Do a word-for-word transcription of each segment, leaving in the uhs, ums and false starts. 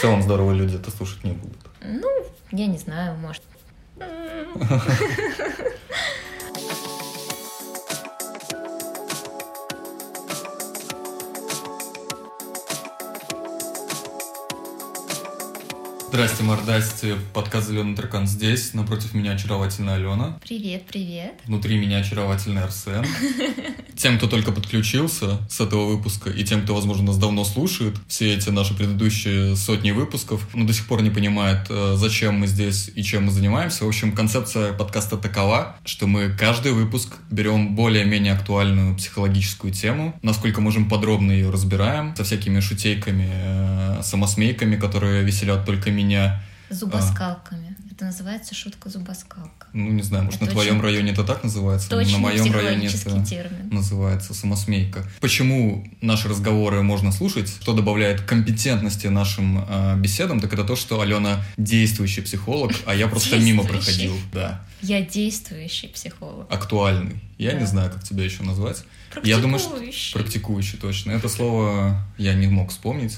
целом здоровые люди это слушать не будут. Ну, я не знаю, может. Здрасте, мордасти, подкаст «Зеленый таракан» здесь, напротив меня очаровательная Алена. Привет, привет. Внутри меня очаровательный Арсен. Тем, кто только подключился с этого выпуска, и тем, кто, возможно, нас давно слушает, все эти наши предыдущие сотни выпусков, но до сих пор не понимает, зачем мы здесь и чем мы занимаемся. В общем, концепция подкаста такова, что мы каждый выпуск берем более-менее актуальную психологическую тему, насколько можем подробно ее разбираем, со всякими шутейками, самосмейками, которые веселят только меня. Зубоскалками. А. Это называется шутка зубоскалка. Ну, не знаю, может, это на твоем районе это так называется, но на моем районе это термин. Называется самосмейка. Почему наши разговоры можно слушать, что добавляет компетентности нашим э, беседам, так это то, что Алена действующий психолог, а я просто мимо проходил. Да. Я действующий психолог. Актуальный. Я да. не знаю, как тебя еще назвать. Практикующий. Я думаю, что практикующий, точно. Это слово я не мог вспомнить.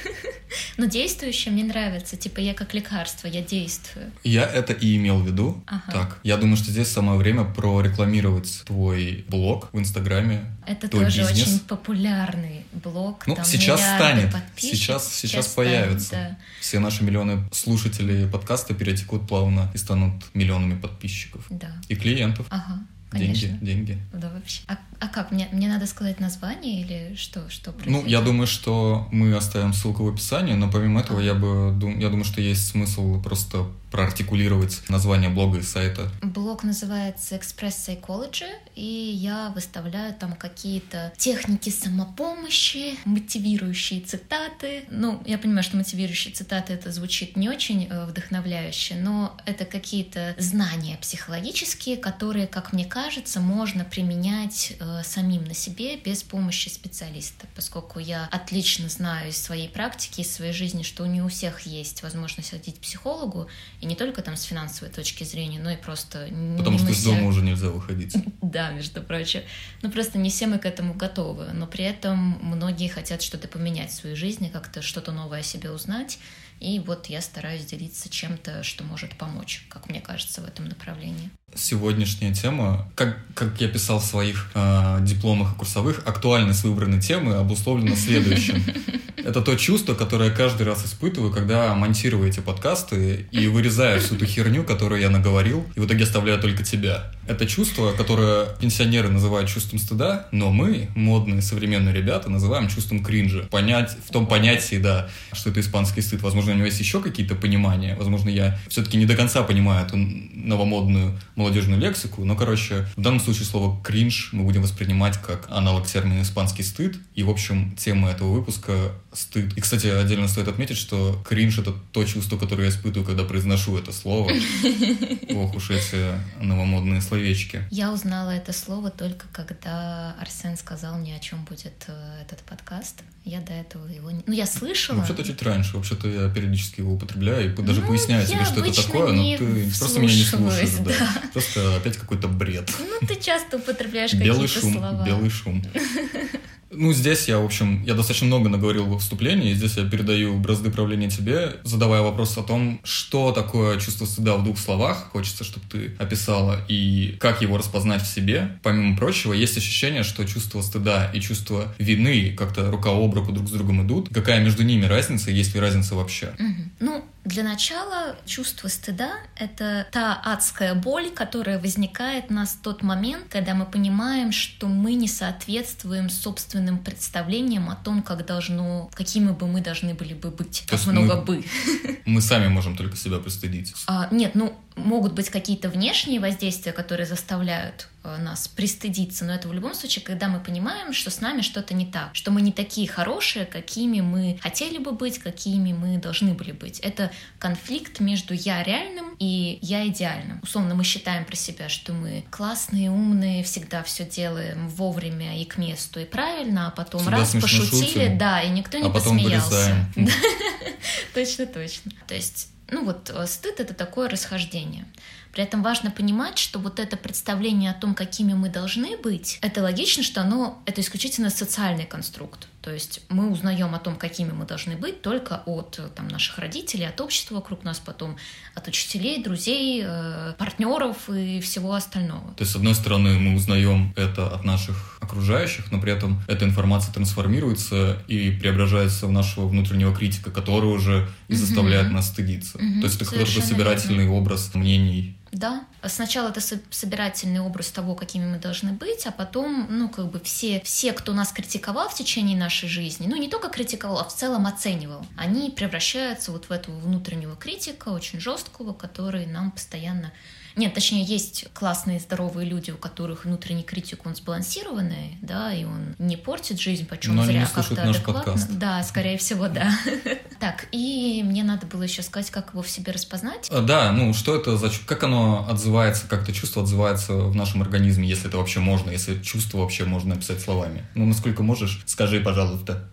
Но действующее мне нравится. Типа я как лекарство, я действую. Я это и имел в виду. Ага. Так, я думаю, что здесь самое время прорекламировать твой блог в Инстаграме. Это тоже бизнес. Очень популярный блог. Ну, там сейчас станет. Сейчас, сейчас, сейчас, сейчас появится. Станет, да. Все наши миллионы слушателей подкаста перетекут плавно и станут миллионами подписчиков. Да. И клиентов. Ага. Деньги, Конечно. деньги. Да, вообще. А, а как? Мне, мне надо сказать название или что, что произойдет? Ну, я думаю, что мы оставим ссылку в описании, но помимо этого, а. я бы я думаю, что есть смысл просто проартикулировать название блога и сайта. Блог называется Express Psychology, и я выставляю там какие-то техники самопомощи, мотивирующие цитаты. Ну, я понимаю, что мотивирующие цитаты это звучит не очень вдохновляюще, но это какие-то знания психологические, которые, как мне кажется, можно применять э, самим на себе без помощи специалиста, поскольку я отлично знаю из своей практики, из своей жизни, что не у всех есть возможность ходить к психологу, и не только там с финансовой точки зрения, но и просто... Потому что из дома уже нельзя выходить. Да, между прочим. Ну, просто не все мы к этому готовы, но при этом многие хотят что-то поменять в своей жизни, как-то что-то новое о себе узнать, и вот я стараюсь делиться чем-то, что может помочь, как мне кажется, в этом направлении. Сегодняшняя тема, как, как я писал в своих э, дипломах и курсовых, актуальность выбранной темы обусловлена следующим. Это то чувство, которое я каждый раз испытываю, когда монтирую эти подкасты и вырезаю всю ту херню, которую я наговорил, и в итоге оставляю только тебя. Это чувство, которое пенсионеры называют чувством стыда, но мы, модные современные ребята, называем чувством кринжа. Понять, в том понятии, да, что это испанский стыд. Возможно, у него есть еще какие-то понимания. Возможно, я все-таки не до конца понимаю эту новомодную молодежную лексику, но, короче, в данном случае слово «кринж» мы будем воспринимать как аналог термина «испанский стыд», и, в общем, тема этого выпуска — стыд. И, кстати, отдельно стоит отметить, что кринж — это то чувство, которое я испытываю, когда произношу это слово. Ох уж эти новомодные словечки. Я узнала это слово только когда Арсен сказал мне, о чем будет этот подкаст. Я до этого его не... Ну, я слышала. Вообще-то чуть раньше. Вообще-то я периодически его употребляю и даже ну, поясняю тебе, что это такое, но ты просто меня не слушаешь. Да. Да. Просто опять какой-то бред. Ну, ты часто употребляешь белый какие-то шум, слова. Белый шум. Ну, здесь я, в общем, я достаточно много наговорил во вступлении, и здесь я передаю бразды правления тебе, задавая вопрос о том, что такое чувство стыда в двух словах, хочется, чтобы ты описала, и как его распознать в себе. Помимо прочего, есть ощущение, что чувство стыда и чувство вины как-то рука об руку друг с другом идут. Какая между ними разница, есть ли разница вообще? Угу. Ну, для начала чувство стыда — это та адская боль, которая возникает у нас в тот момент, когда мы понимаем, что мы не соответствуем собственным представлениям о том, как должно, какими бы мы должны были бы быть. Как много мы, бы. Мы сами можем только себя пристыдить. А, нет, ну, могут быть какие-то внешние воздействия, которые заставляют нас пристыдиться, но это в любом случае, когда мы понимаем, что с нами что-то не так, что мы не такие хорошие, какими мы хотели бы быть, какими мы должны были быть. Это конфликт между я реальным и я идеальным. Условно, мы считаем про себя, что мы классные, умные, всегда все делаем вовремя и к месту, и правильно, а потом всегда раз пошутили, шутим, да, и никто не а потом посмеялся. Точно, точно. То есть, ну вот, стыд — это такое расхождение. При этом важно понимать, что вот это представление о том, какими мы должны быть, это логично, что оно это исключительно социальный конструкт. То есть мы узнаем о том, какими мы должны быть, только от там, наших родителей, от общества вокруг нас, потом от учителей, друзей, э, партнеров и всего остального. То есть, с одной стороны, мы узнаем это от наших окружающих, но при этом эта информация трансформируется и преображается в нашего внутреннего критика, который уже и заставляет mm-hmm. нас стыдиться. Mm-hmm. То есть это какой-то собирательный верно. Образ мнений. Да. Сначала это собирательный образ того, какими мы должны быть, а потом, ну, как бы все, все, кто нас критиковал в течение нашей жизни, ну, не только критиковал, а в целом оценивал, они превращаются вот в этого внутреннего критика, очень жесткого, который нам постоянно... Нет, точнее, есть классные, здоровые люди, у которых внутренний критик, он сбалансированный, да, и он не портит жизнь, почем Но зря они не как-то наш адекватно. Подкаст. Да, скорее всего, да. Так, и мне надо было еще сказать, как его в себе распознать. Да, ну, что это за... Как оно отзывается, как это чувство отзывается в нашем организме, если это вообще можно, если чувство вообще можно описать словами? Ну, насколько можешь, скажи, пожалуйста.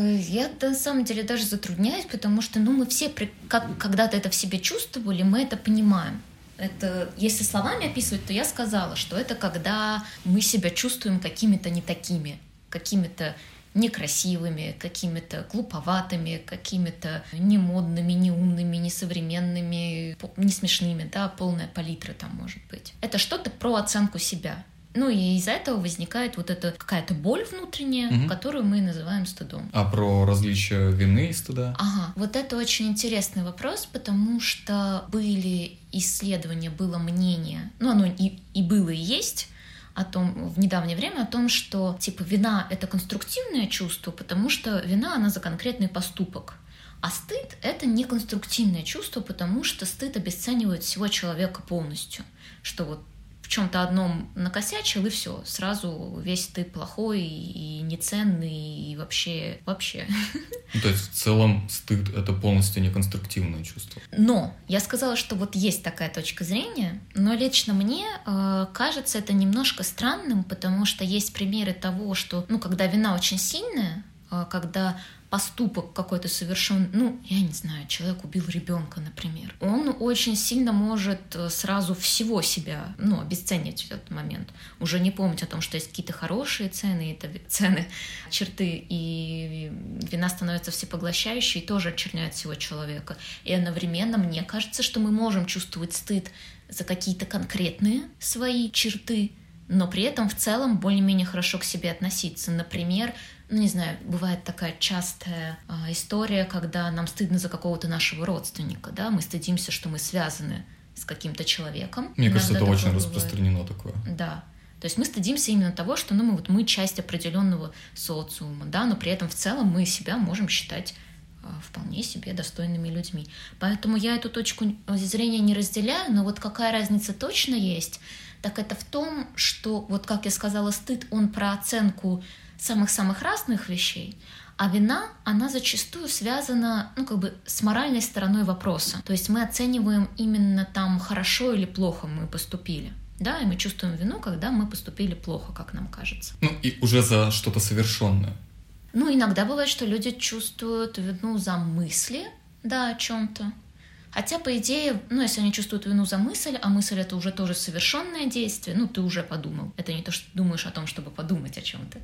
Я, на самом деле, даже затрудняюсь, потому что, ну, мы все, как когда-то это в себе чувствовали, мы это понимаем. Это, если словами описывать, то я сказала, что это когда мы себя чувствуем какими-то не такими, какими-то некрасивыми, какими-то глуповатыми, какими-то немодными, неумными, несовременными, не смешными, да, полная палитра там может быть. Это что-то про оценку себя. Ну и из-за этого возникает вот эта какая-то боль внутренняя, угу. которую мы называем стыдом. А про различие вины и стыда? Ага, вот это очень интересный вопрос, потому что были исследования, было мнение, ну оно и, и было и есть, о том, в недавнее время о том, что типа вина — это конструктивное чувство, потому что вина, она за конкретный поступок. А стыд — это не конструктивное чувство, потому что стыд обесценивает всего человека полностью. Что вот в чем-то одном накосячил, и все, сразу весь ты плохой и неценный, и вообще... вообще. Ну, то есть в целом стыд — это полностью неконструктивное чувство. Но я сказала, что вот есть такая точка зрения, но лично мне э, кажется это немножко странным, потому что есть примеры того, что, ну, когда вина очень сильная, э, когда поступок какой-то совершен, ну, я не знаю, человек убил ребенка, например, он очень сильно может сразу всего себя, ну, обесценить в этот момент, уже не помнить о том, что есть какие-то хорошие цены, это цены, черты, и вина становится всепоглощающей и тоже очерняет всего человека. И одновременно мне кажется, что мы можем чувствовать стыд за какие-то конкретные свои черты, но при этом в целом более-менее хорошо к себе относиться. Например, ну, не знаю, бывает такая частая а, история, когда нам стыдно за какого-то нашего родственника, да, мы стыдимся, что мы связаны с каким-то человеком. Мне кажется, это очень бывает. Распространено такое. Да. То есть мы стыдимся именно того, что ну, мы, вот, мы часть определенного социума, да, но при этом в целом мы себя можем считать а, вполне себе достойными людьми. Поэтому я эту точку зрения не разделяю, но вот какая разница точно есть, так это в том, что, вот как я сказала, стыд, он про оценку самых-самых разных вещей, а вина, она зачастую связана, ну, как бы с моральной стороной вопроса. То есть мы оцениваем именно там, хорошо или плохо мы поступили. Да, и мы чувствуем вину, когда мы поступили плохо, как нам кажется. Ну, и уже за что-то совершенное. Ну, иногда бывает, что люди чувствуют вину за мысли, да, о чем-то. Хотя, по идее, ну, если они чувствуют вину за мысль, а мысль — это уже тоже совершенное действие, ну, ты уже подумал. Это не то, что ты думаешь о том, чтобы подумать о чем-то.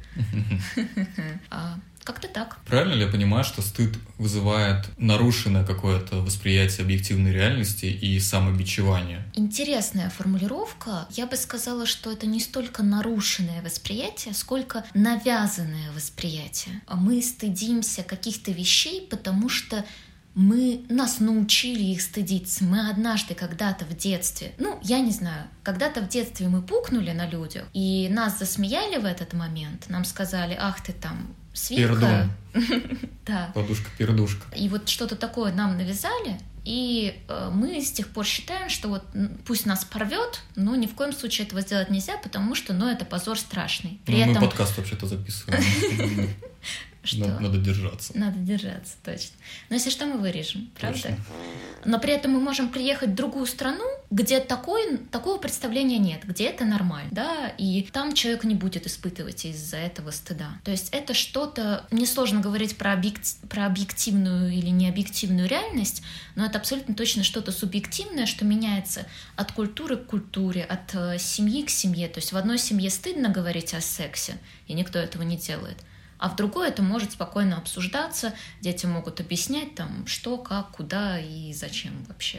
Как-то так. Правильно ли я понимаю, что стыд вызывает нарушенное какое-то восприятие объективной реальности и самобичевание? Интересная формулировка. Я бы сказала, что это не столько нарушенное восприятие, сколько навязанное восприятие. Мы стыдимся каких-то вещей, потому что мы, нас научили их стыдиться. Мы однажды когда-то в детстве, ну, я не знаю, когда-то в детстве мы пукнули на людях, и нас засмеяли в этот момент. Нам сказали: ах ты там, свинка. Да. Подушка-пердушка. И вот что-то такое нам навязали, и э, мы с тех пор считаем, что вот пусть нас порвет, но ни в коем случае этого сделать нельзя, потому что, ну, это позор страшный. При ну, этом... мы подкаст вообще-то записываем. Что? Надо, надо держаться. Надо держаться, точно. Но если что, мы вырежем, правда? Точно. Но при этом мы можем приехать в другую страну, где такой, такого представления нет, где это нормально, да, и там человек не будет испытывать из-за этого стыда. То есть это что-то, несложно говорить про, объект, про объективную или необъективную реальность, но это абсолютно точно что-то субъективное, что меняется от культуры к культуре, от э, семьи к семье. То есть в одной семье стыдно говорить о сексе, и никто этого не делает. А в другой это может спокойно обсуждаться, дети могут объяснять, там, что, как, куда и зачем вообще.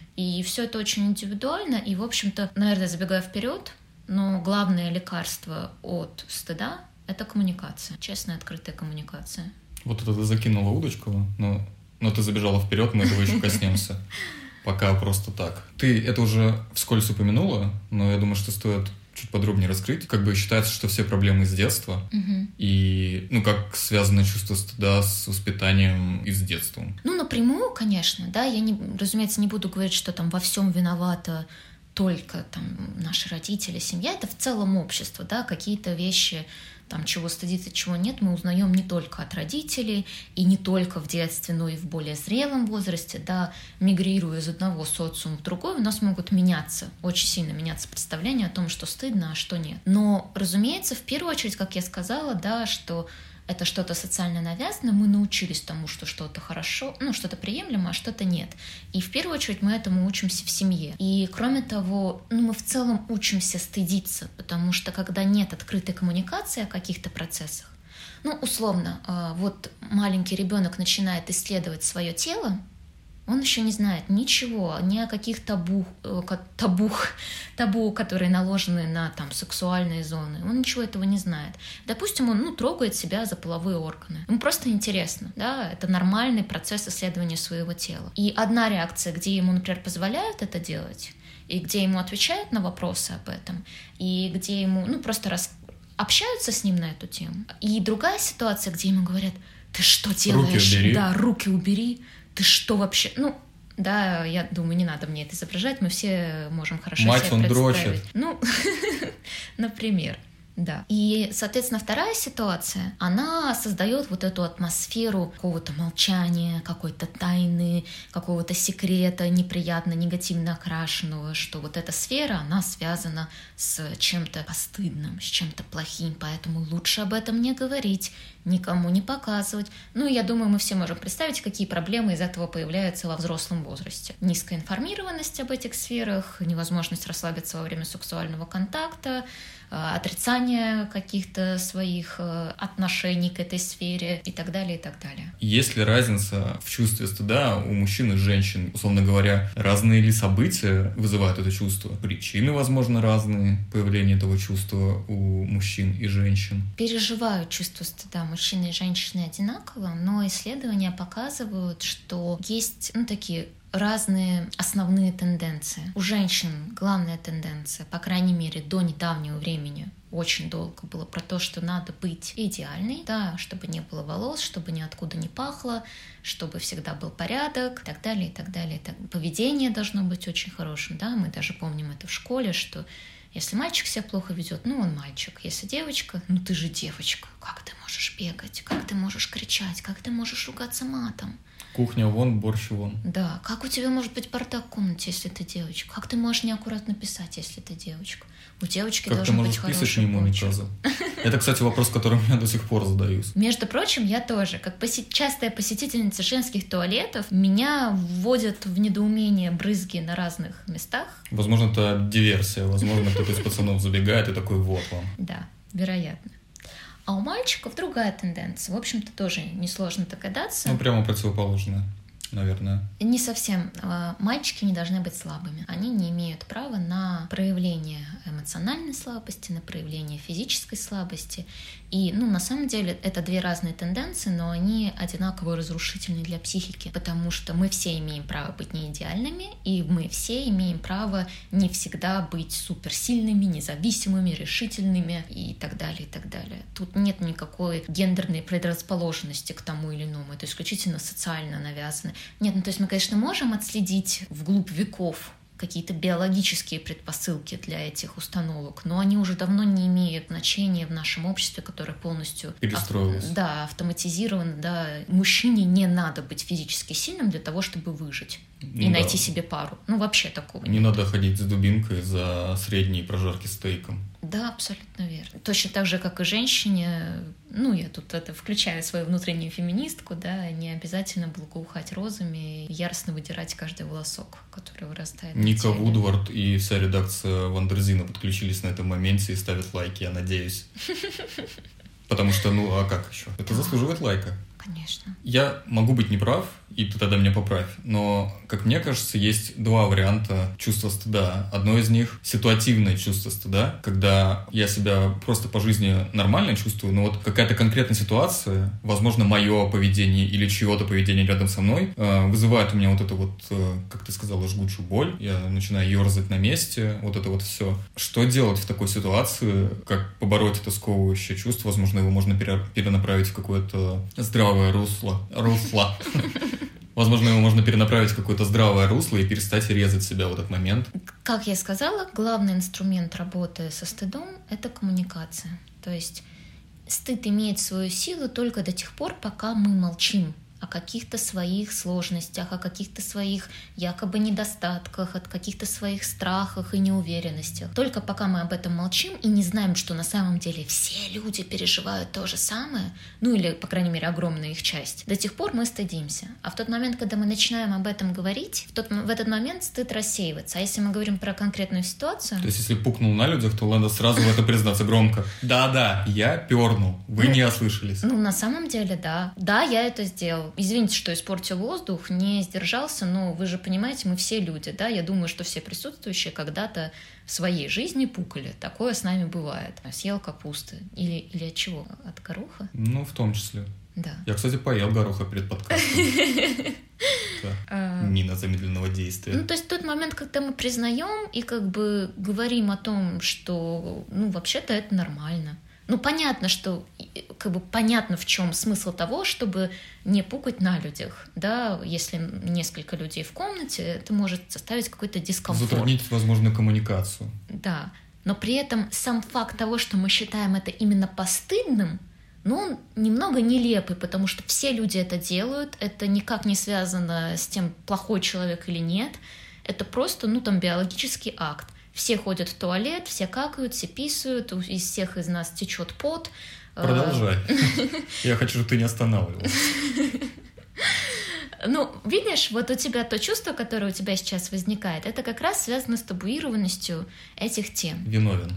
И все это очень индивидуально, и, в общем-то, наверное, забегая вперед, но главное лекарство от стыда — это коммуникация, честная, открытая коммуникация. Вот это ты закинула удочку, но, но ты забежала вперед, мы этого еще коснемся. Пока просто так. Ты это уже вскользь упомянула, но я думаю, что стоит чуть подробнее раскрыть. Как бы считается, что все проблемы с детства, угу. и, ну, как связано чувство стыда с воспитанием и с детством. Ну, напрямую, конечно, да, я, не, разумеется, не буду говорить, что там во всем виновата только там наши родители, семья, это в целом общество, да, какие-то вещи, там, чего стыдиться, чего нет, мы узнаем не только от родителей, и не только в детстве, но и в более зрелом возрасте, да, мигрируя из одного социума в другой, у нас могут меняться, очень сильно меняться представления о том, что стыдно, а что нет. Но, разумеется, в первую очередь, как я сказала, да, что это что-то социально навязано, мы научились тому, что что-то хорошо, ну, что-то приемлемо, а что-то нет. И в первую очередь мы этому учимся в семье. И кроме того, ну, мы в целом учимся стыдиться, потому что когда нет открытой коммуникации о каких-то процессах, ну, условно, вот маленький ребенок начинает исследовать свое тело, он еще не знает ничего, ни о каких табу, табу, табу, которые наложены на там, сексуальные зоны. Он ничего этого не знает. Допустим, он ну, трогает себя за половые органы. Ему просто интересно. Да? Это нормальный процесс исследования своего тела. И одна реакция, где ему, например, позволяют это делать, и где ему отвечают на вопросы об этом, и где ему ну, просто раз... общаются с ним на эту тему. И другая ситуация, где ему говорят: ты что делаешь? Руки убери. Да, руки убери. Ты что вообще? Ну, да, я думаю, не надо мне это изображать, мы все можем хорошо Мать себе он представить. дрочит. Ну, например. Да. И, соответственно, вторая ситуация, она создает вот эту атмосферу какого-то молчания, какой-то тайны, какого-то секрета неприятно, негативно окрашенного, что вот эта сфера, она связана с чем-то постыдным, с чем-то плохим, поэтому лучше об этом не говорить, никому не показывать. Ну, и я думаю, мы все можем представить, какие проблемы из этого появляются во взрослом возрасте. Низкая информированность об этих сферах, невозможность расслабиться во время сексуального контакта, отрицание каких-то своих отношений к этой сфере и так далее, и так далее. Есть ли разница в чувстве стыда у мужчин и женщин? Условно говоря, разные ли события вызывают это чувство? Причины, возможно, разные появления этого чувства у мужчин и женщин? Переживают чувство стыда мужчины и женщины одинаково, но исследования показывают, что есть ну, такие разные основные тенденции. У женщин главная тенденция, по крайней мере, до недавнего времени, очень долго было про то, что надо быть идеальной, да, чтобы не было волос, чтобы ниоткуда не пахло, чтобы всегда был порядок, и так далее, и так далее. И так. Поведение должно быть очень хорошим, да, мы даже помним это в школе, что если мальчик себя плохо ведет, ну он мальчик. Если девочка, ну ты же девочка. Как ты можешь бегать? Как ты можешь кричать? Как ты можешь ругаться матом? Кухня вон, борщ вон. Да. Как у тебя может быть бардак в комнате, если ты девочка? Как ты можешь неаккуратно писать, если ты девочка? У девочки как должен быть хороший почерк. Как ты можешь писать мимо унитаза? Это, кстати, вопрос, который я до сих пор задаюсь. Между прочим, я тоже. Как поси- частая посетительница женских туалетов, меня вводят в недоумение брызги на разных местах. Возможно, это диверсия. Возможно, кто-то из пацанов забегает и такой: вот вам. Да, вероятно. А у мальчиков другая тенденция. В общем-то, тоже несложно догадаться. Ну, прямо противоположная, наверное. Не совсем. Мальчики не должны быть слабыми. Они не имеют права на проявление эмоциональной слабости, на проявление физической слабости. И, ну, на самом деле, это две разные тенденции, но они одинаково разрушительны для психики, потому что мы все имеем право быть не идеальными, и мы все имеем право не всегда быть суперсильными, независимыми, решительными и так далее, и так далее. Тут нет никакой гендерной предрасположенности к тому или иному. Это исключительно социально навязано. Нет, ну то есть мы, конечно, можем отследить вглубь веков какие-то биологические предпосылки для этих установок, но они уже давно не имеют значения в нашем обществе, которое полностью перестроилось. Ав- да, автоматизировано. Да. Мужчине не надо быть физически сильным для того, чтобы выжить и Ну найти да. себе пару. Ну, вообще такого Не нет. надо ходить с дубинкой за средние прожарки стейком. Да, абсолютно верно. Точно так же, как и женщине, ну, я тут это включаю свою внутреннюю феминистку, да, не обязательно благоухать розами и яростно выдирать каждый волосок, который вырастает на Ника теле. Вудвард и вся редакция Вандерзина подключились на этом моменте и ставят лайки, я надеюсь. Потому что, ну, а как еще? Это заслуживает лайка. Конечно. Я могу быть неправ, и ты тогда меня поправь, но, как мне кажется, есть два варианта чувства стыда. Одно из них — ситуативное чувство стыда, когда я себя просто по жизни нормально чувствую, но вот какая-то конкретная ситуация, возможно, мое поведение или чье-то поведение рядом со мной, э, вызывает у меня вот это вот, э, как ты сказала, жгучую боль. Я начинаю ерзать на месте, вот это вот все. Что делать в такой ситуации? Как побороть это сковывающее чувство? Возможно, его можно пере- перенаправить в какое-то здравое русло. Русло. Возможно, его можно перенаправить в какое-то здравое русло и перестать резать себя в этот момент. Как я сказала, главный инструмент работы со стыдом — это коммуникация. То есть стыд имеет свою силу только до тех пор, пока мы молчим о каких-то своих сложностях, о каких-то своих якобы недостатках, от каких-то своих страхах и неуверенностях. Только пока мы об этом молчим и не знаем, что на самом деле все люди переживают то же самое, ну или, по крайней мере, огромная их часть, до тех пор мы стыдимся. А в тот момент, когда мы начинаем об этом говорить, в, тот, в этот момент стыд рассеивается. А если мы говорим про конкретную ситуацию... То есть, если пукнул на людях, то надо сразу в это признаться громко. Да-да, я пернул, вы Ну, не ослышались. Ну, на самом деле, да. Да, я это сделал. Извините, что испортил воздух, не сдержался, но вы же понимаете, мы все люди, да? Я думаю, что все присутствующие когда-то в своей жизни пукали. Такое с нами бывает. Съел капусты. Или, или от чего? От гороха? Ну, в том числе. Да. Я, кстати, поел гороха перед подкастом. Мина замедленного действия. Ну, то есть тот момент, когда мы признаем и как бы говорим о том, что, ну, вообще-то это нормально. Ну, понятно, что, как бы понятно, в чем смысл того, чтобы не пукать на людях, да, если несколько людей в комнате, это может составить какой-то дискомфорт. Затруднить возможную коммуникацию. Да, но при этом сам факт того, что мы считаем это именно постыдным, ну, он немного нелепый, потому что все люди это делают, это никак не связано с тем, плохой человек или нет, это просто, ну, там, биологический акт. Все ходят в туалет, все какают, все писают, из всех из нас течет пот. Продолжай. Я хочу, чтобы ты не останавливалась. Ну, видишь, вот у тебя то чувство, которое у тебя сейчас возникает, это как раз связано с табуированностью этих тем. Виновен.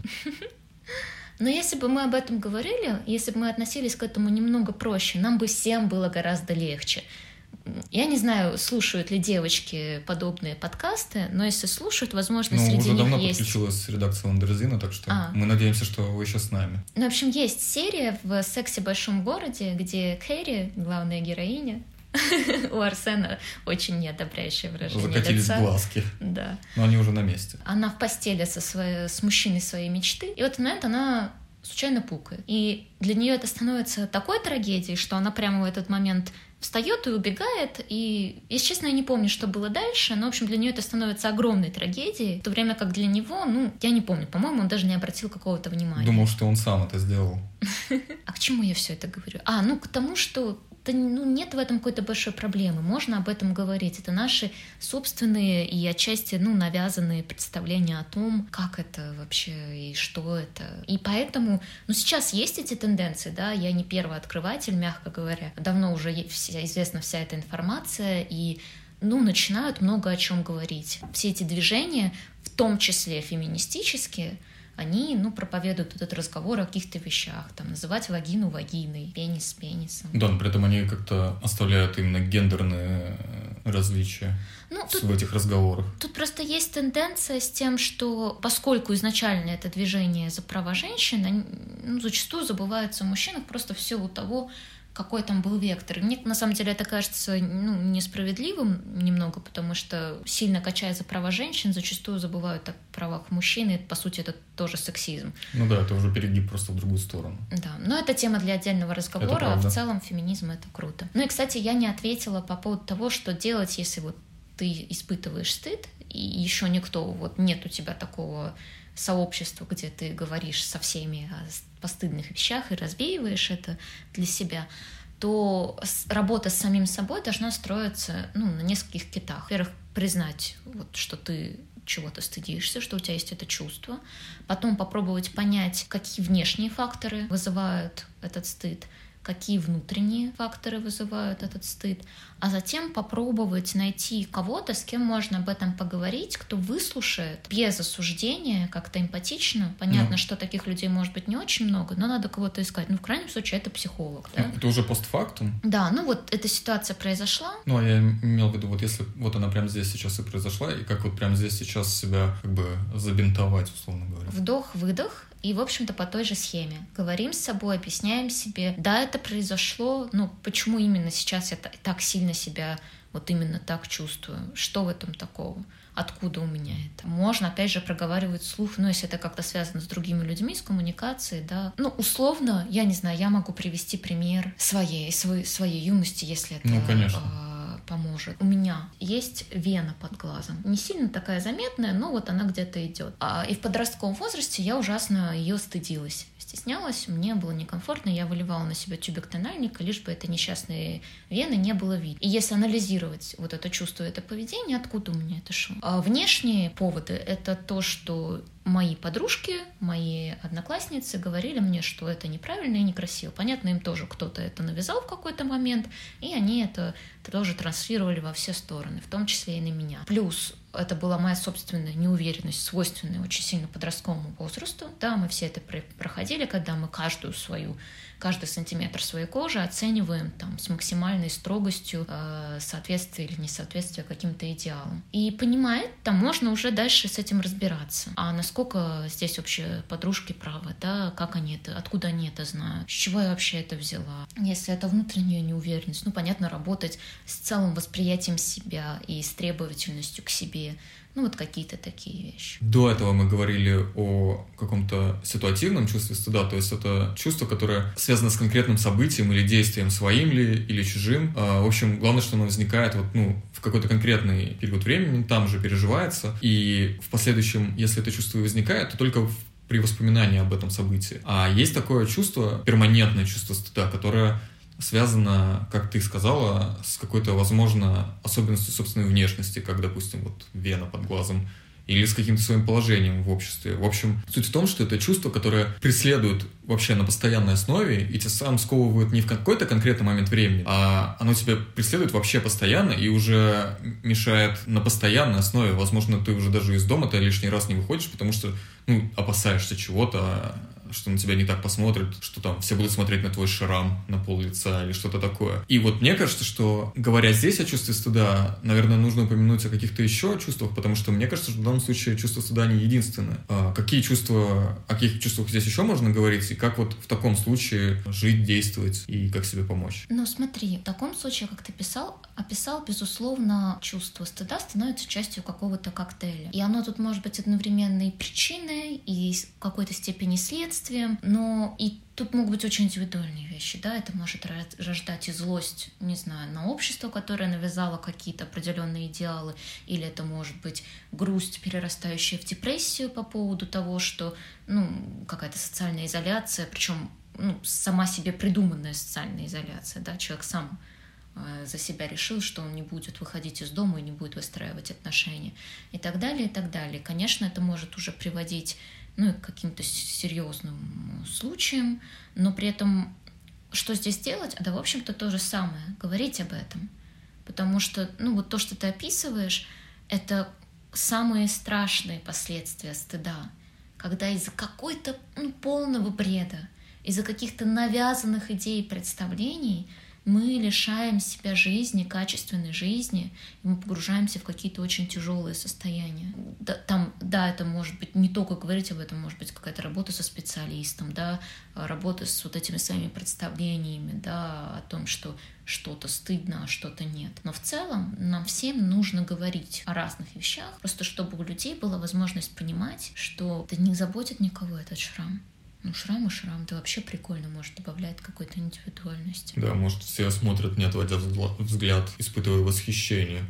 Но если бы мы об этом говорили, если бы мы относились к этому немного проще, нам бы всем было гораздо легче. Я не знаю, слушают ли девочки подобные подкасты, но если слушают, возможно, ну, среди уже них давно есть... подключилась редакция Вандерзина, так что А. мы надеемся, что вы еще с нами. Ну, в общем, есть серия в «Сексе в большом городе», где Кэрри, главная героиня, у Арсена очень неодобряющее выражение Закатились лица. глазки. Да. Но они уже на месте. Она в постели со своей, с мужчиной своей мечты, и в этот момент она случайно пукает. И для нее это становится такой трагедией, что она прямо в этот момент встает и убегает, и, если честно, я не помню, что было дальше, но, в общем, для нее это становится огромной трагедией, в то время как для него, ну, я не помню, по-моему, он даже не обратил какого-то внимания. Думал, что он сам это сделал. А к чему я все это говорю? А, ну, к тому, что да, ну, нет в этом какой-то большой проблемы, можно об этом говорить. Это наши собственные и отчасти, ну, навязанные представления о том, как это вообще и что это. И поэтому, ну, сейчас есть эти тенденции, да, я не первый открыватель, мягко говоря. Давно уже вся, известна вся эта информация, и, ну, начинают много о чем говорить. Все эти движения, в том числе феминистические, они, ну, проповедуют этот разговор о каких-то вещах, там, называть вагину вагиной, пенис пенисом. Да, но при этом они как-то оставляют именно гендерные различия ну, в тут, этих разговорах. Тут просто есть тенденция с тем, что поскольку изначально это движение за права женщин, они, ну, зачастую забываются о мужчинах просто в силу того, какой там был вектор. Мне, на самом деле, это кажется, ну, несправедливым немного, потому что, сильно качая за права женщин, зачастую забывают о правах мужчин, и, по сути, это тоже сексизм. Ну да, это уже перегиб просто в другую сторону. Да, но это тема для отдельного разговора, а в целом феминизм — это круто. Ну и, кстати, я не ответила по поводу того, что делать, если вот ты испытываешь стыд, и еще никто, вот нет у тебя такого сообщества, где ты говоришь со всеми о постыдных вещах и развеиваешь это для себя, то работа с самим собой должна строиться, ну, на нескольких китах. Во-первых, признать, вот, что ты чего-то стыдишься, что у тебя есть это чувство. Потом попробовать понять, какие внешние факторы вызывают этот стыд, какие внутренние факторы вызывают этот стыд, а затем попробовать найти кого-то, с кем можно об этом поговорить, кто выслушает без осуждения, как-то эмпатично. Понятно, ну, что таких людей может быть не очень много, но надо кого-то искать. Ну, в крайнем случае, это психолог. Да? Это уже постфактум? Да, ну вот эта ситуация произошла. Ну, а я имел в виду, вот если вот она прямо здесь сейчас и произошла, и как вот прямо здесь сейчас себя как бы забинтовать, условно говоря. Вдох-выдох. И, в общем-то, по той же схеме. Говорим с собой, объясняем себе, да, это произошло, но почему именно сейчас я так сильно себя вот именно так чувствую? Что в этом такого? Откуда у меня это? Можно, опять же, проговаривать вслух, ну, если это как-то связано с другими людьми, с коммуникацией, да. Ну, условно, я не знаю, я могу привести пример своей, своей, своей юности, если это... Ну, конечно. Поможет. У меня есть вена под глазом. Не сильно такая заметная, но вот она где-то идет. А, и в подростковом возрасте я ужасно ее стыдилась. Стеснялась, мне было некомфортно, я выливала на себя тюбик тональника, лишь бы этой несчастной вены не было видно. И если анализировать вот это чувство, это поведение, откуда у меня это шло? А внешние поводы — это то, что мои подружки, мои одноклассницы говорили мне, что это неправильно и некрасиво. Понятно, им тоже кто-то это навязал в какой-то момент, и они это тоже транслировали во все стороны, в том числе и на меня. Плюс это была моя собственная неуверенность, свойственная очень сильно подростковому возрасту. Да, мы все это проходили, когда мы каждую свою, каждый сантиметр своей кожи оцениваем там с максимальной строгостью э, соответствие или несоответствие каким-то идеалам. И понимая, там можно уже дальше с этим разбираться. А насколько здесь вообще подружки правы, да, как они это, откуда они это знают, с чего я вообще это взяла. Если это внутренняя неуверенность, ну, понятно, работать с целым восприятием себя и с требовательностью к себе. Ну, вот какие-то такие вещи. До этого мы говорили о каком-то ситуативном чувстве стыда, то есть это чувство, которое связано с конкретным событием или действием, своим ли или чужим. В общем, главное, что оно возникает вот, ну, в какой-то конкретный период времени, там же переживается, и в последующем, если это чувство возникает, то только в при воспоминании об этом событии. А есть такое чувство, перманентное чувство стыда, которое связано, как ты сказала, с какой-то, возможно, особенностью собственной внешности, как, допустим, вот вена под глазом, или с каким-то своим положением в обществе. В общем, суть в том, что это чувство, которое преследует вообще на постоянной основе и тем самым сковывает не в какой-то конкретный момент времени, а оно тебя преследует вообще постоянно и уже мешает на постоянной основе. Возможно, ты уже даже из дома-то лишний раз не выходишь, потому что, ну, опасаешься чего-то, что на тебя не так посмотрят, что там все будут смотреть на твой шрам на пол лица или что-то такое. И вот мне кажется, что, говоря здесь о чувстве стыда, наверное, нужно упомянуть о каких-то еще чувствах, потому что мне кажется, что в данном случае чувство стыда не единственное. А какие чувства, о каких чувствах здесь еще можно говорить, и как вот в таком случае жить, действовать и как себе помочь? Ну, смотри, в таком случае, как ты писал, описал, безусловно, чувство стыда становится частью какого-то коктейля. И оно тут может быть одновременно и причиной, и в какой-то степени следствием, но и тут могут быть очень индивидуальные вещи, да, это может рождать и злость, не знаю, на общество, которое навязало какие-то определенные идеалы, или это может быть грусть, перерастающая в депрессию по поводу того, что, ну, какая-то социальная изоляция, причем, ну, сама себе придуманная социальная изоляция, да, человек сам э, за себя решил, что он не будет выходить из дома и не будет выстраивать отношения, и так далее, и так далее. Конечно, это может уже приводить, ну, и к каким-то серьезным случаям, но при этом что здесь делать? А да, в общем-то, то же самое, говорить об этом. Потому что, ну, вот то, что ты описываешь, это самые страшные последствия стыда, когда из-за какой-то, ну, полного бреда, из-за каких-то навязанных идей и представлений мы лишаем себя жизни, качественной жизни, и мы погружаемся в какие-то очень тяжелые состояния. Да, там, да, это может быть не только говорить об этом, может быть какая-то работа со специалистом, да, работа с вот этими своими представлениями, да, о том, что что-то стыдно, а что-то нет. Но в целом нам всем нужно говорить о разных вещах, просто чтобы у людей была возможность понимать, что это не заботит никого этот шрам. Ну, шрам и шрам, это вообще прикольно, может, добавляет какой-то индивидуальности. Да, может, все смотрят, не отводя взгляд, испытывая восхищение. Угу.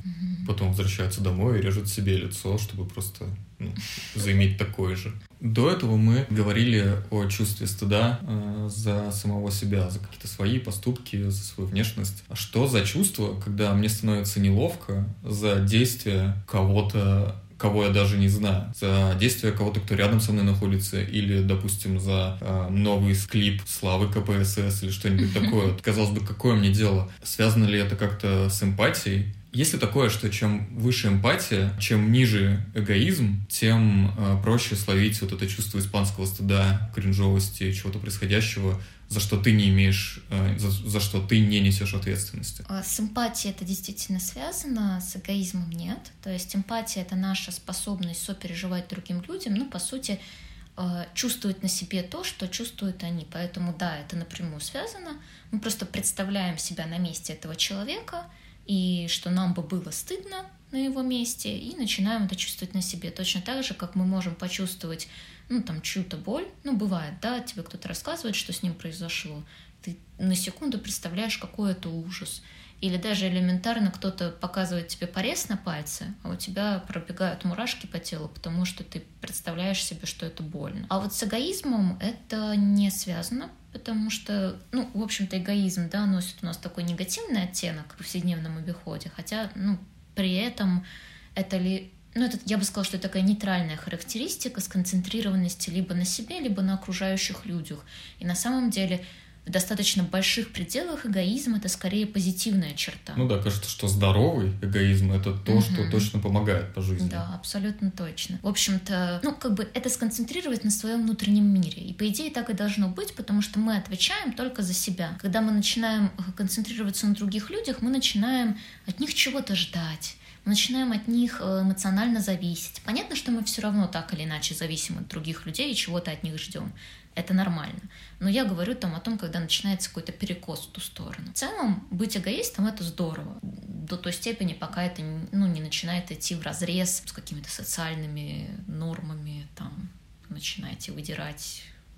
потом возвращаются домой и режут себе лицо, чтобы просто ну, заиметь такое же. До этого мы говорили о чувстве стыда э, за самого себя, за какие-то свои поступки, за свою внешность. А что за чувство, когда мне становится неловко за действия кого-то, кого я даже не знаю, за действия кого-то, кто рядом со мной находится, или, допустим, за э, новый клип Славы КПСС или что-нибудь такое. Казалось бы, какое мне дело? Связано ли это как-то с эмпатией? Есть ли такое, что чем выше эмпатия, чем ниже эгоизм, тем э, проще словить вот это чувство испанского стыда, кринжовости, чего-то происходящего, за что ты не имеешь, э, за, за что ты не несешь ответственности? С эмпатией это действительно связано, с эгоизмом нет. То есть эмпатия — это наша способность сопереживать другим людям, ну, по сути, э, чувствовать на себе то, что чувствуют они. Поэтому, да, это напрямую связано. Мы просто представляем себя на месте этого человека, и что нам бы было стыдно на его месте, и начинаем это чувствовать на себе. Точно так же, как мы можем почувствовать, ну, там, чью-то боль. Ну, бывает, да, тебе кто-то рассказывает, что с ним произошло. Ты на секунду представляешь, какой это ужас. Или даже элементарно кто-то показывает тебе порез на пальце, а у тебя пробегают мурашки по телу, потому что ты представляешь себе, что это больно. А вот с эгоизмом это не связано, потому что, ну, в общем-то, эгоизм, да, носит у нас такой негативный оттенок в повседневном обиходе, хотя, ну, при этом это ли... Ну, это, я бы сказала, что это такая нейтральная характеристика сконцентрированности либо на себе, либо на окружающих людях. И на самом деле в достаточно больших пределах эгоизм — это скорее позитивная черта. Ну да, кажется, что здоровый эгоизм — это то, угу. что точно помогает по жизни. Да, абсолютно точно. В общем-то, ну, как бы это сконцентрировать на своем внутреннем мире. И по идее так и должно быть, потому что мы отвечаем только за себя. Когда мы начинаем концентрироваться на других людях, мы начинаем от них чего-то ждать. Мы начинаем от них эмоционально зависеть. Понятно, что мы все равно так или иначе зависим от других людей и чего-то от них ждем. Это нормально. Но я говорю там о том, когда начинается какой-то перекос в ту сторону. В целом, быть эгоистом — это здорово. До той степени, пока это, ну, не начинает идти вразрез с какими-то социальными нормами, там, начинаете выдирать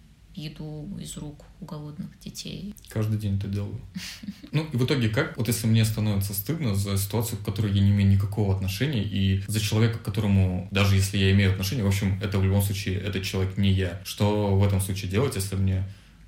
еду из рук у голодных детей. Каждый день это делаю. Ну, и в итоге как? Вот если мне становится стыдно за ситуацию, к которой я не имею никакого отношения, и за человека, к которому, даже если я имею отношение, в общем, это в любом случае, этот человек не я. Что в этом случае делать, если мне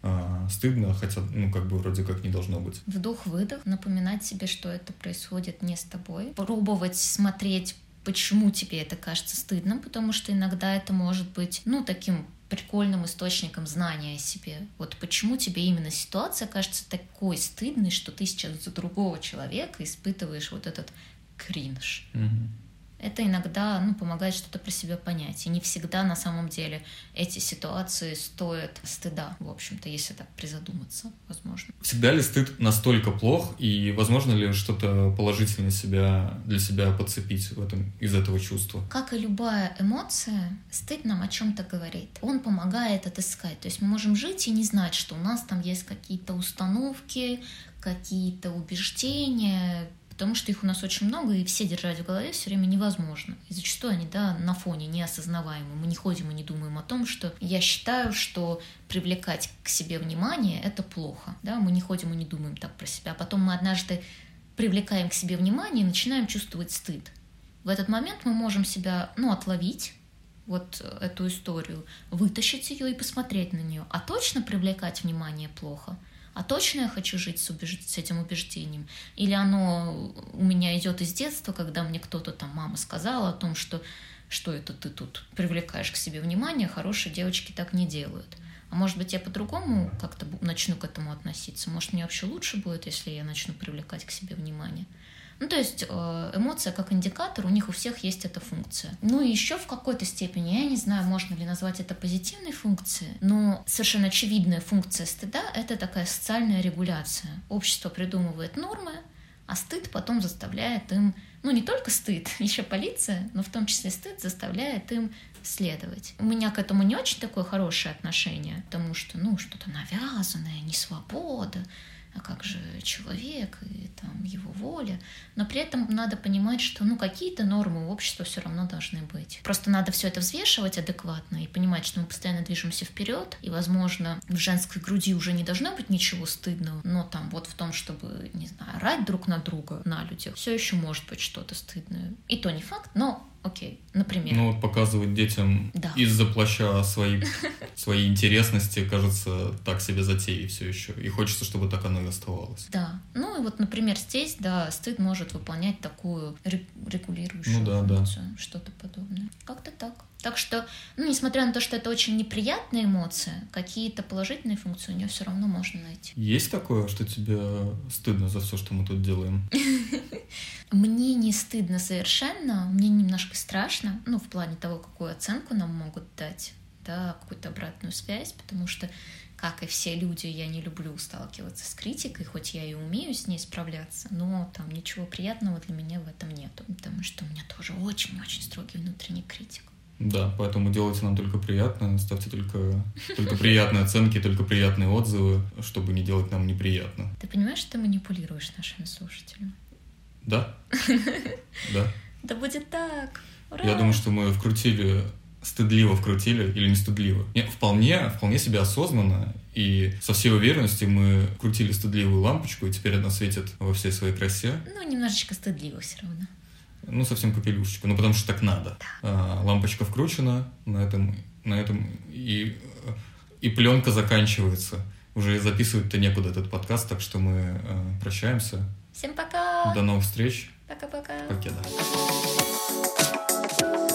э, стыдно, хотя, ну, как бы вроде как не должно быть? Вдох-выдох, напоминать себе, что это происходит не с тобой. Пробовать смотреть, почему тебе это кажется стыдным, потому что иногда это может быть, ну, таким прикольным источником знания о себе. Вот почему тебе именно ситуация кажется такой стыдной, что ты сейчас за другого человека испытываешь вот этот кринж. Угу. Это иногда, ну, помогает что-то про себя понять. И не всегда на самом деле эти ситуации стоят стыда, в общем-то, если так призадуматься, возможно. Всегда ли стыд настолько плох, и возможно ли что-то положительное себя, для себя подцепить в этом, из этого чувства? Как и любая эмоция, стыд нам о чем-то говорит. Он помогает отыскать. То есть мы можем жить и не знать, что у нас там есть какие-то установки, какие-то убеждения, потому что их у нас очень много, и все держать в голове все время невозможно. И зачастую они, да, на фоне неосознаваемы. Мы не ходим и не думаем о том, что я считаю, что привлекать к себе внимание — это плохо. Да? Мы не ходим и не думаем так про себя. Потом мы однажды привлекаем к себе внимание и начинаем чувствовать стыд. В этот момент мы можем себя, ну, отловить, вот эту историю, вытащить ее и посмотреть на нее. А точно привлекать внимание плохо? А точно я хочу жить с, убеж... с этим убеждением? Или оно у меня идет из детства, когда мне кто-то там, мама сказала о том, что что это ты тут привлекаешь к себе внимание, хорошие девочки так не делают. А может быть, я по-другому как-то начну к этому относиться? Может, мне вообще лучше будет, если я начну привлекать к себе внимание? Ну, то есть эмоция как индикатор, у них у всех есть эта функция. Ну и еще в какой-то степени, я не знаю, можно ли назвать это позитивной функцией, но совершенно очевидная функция стыда — это такая социальная регуляция. Общество придумывает нормы, а стыд потом заставляет им, ну не только стыд, еще полиция, но в том числе стыд заставляет им следовать. У меня к этому не очень такое хорошее отношение, потому что, ну, что-то навязанное, не свобода, а как же человек и там его воля. Но при этом надо понимать, что ну какие-то нормы у общества все равно должны быть. Просто надо все это взвешивать адекватно и понимать, что мы постоянно движемся вперед, и, возможно, в женской груди уже не должно быть ничего стыдного, но там вот в том, чтобы, не знаю, орать друг на друга на людях, все еще может быть что-то стыдное. И то не факт, но окей, например. Ну вот показывать детям да. из-за плаща свои, свои интересности, кажется, так себе затеей все еще. И хочется, чтобы так оно и оставалось. Да. Ну и вот, например, здесь, да, стыд может выполнять такую регулирующую ну, да, функцию, да. что-то подобное. Как-то так. Так что, ну, несмотря на то, что это очень неприятная эмоция, какие-то положительные функции у нее все равно можно найти. Есть такое, что тебе стыдно за все, что мы тут делаем? Мне не стыдно совершенно, мне немножко страшно, ну, в плане того, какую оценку нам могут дать, да, какую-то обратную связь, потому что, как и все люди, я не люблю сталкиваться с критикой, хоть я и умею с ней справляться, но там ничего приятного для меня в этом нету, потому что у меня тоже очень-очень строгий внутренний критик. Да, поэтому делайте нам только приятно, ставьте только, только приятные оценки, только приятные отзывы, чтобы не делать нам неприятно. Ты понимаешь, что ты манипулируешь нашими слушателями? Да? Да. Да будет так! Ура! Я думаю, что мы вкрутили, стыдливо вкрутили, или не стыдливо. Нет, вполне, вполне себе осознанно и со всей уверенностью мы вкрутили стыдливую лампочку, и теперь она светит во всей своей красе. Ну, немножечко стыдливо все равно. Ну, совсем капелюшечку, ну, потому что так надо. Да. А, лампочка вкручена, на этом, на этом и, и пленка заканчивается. Уже записывать-то некуда этот подкаст, так что мы э, прощаемся. Всем пока! До новых встреч. Пока-пока! Покеда.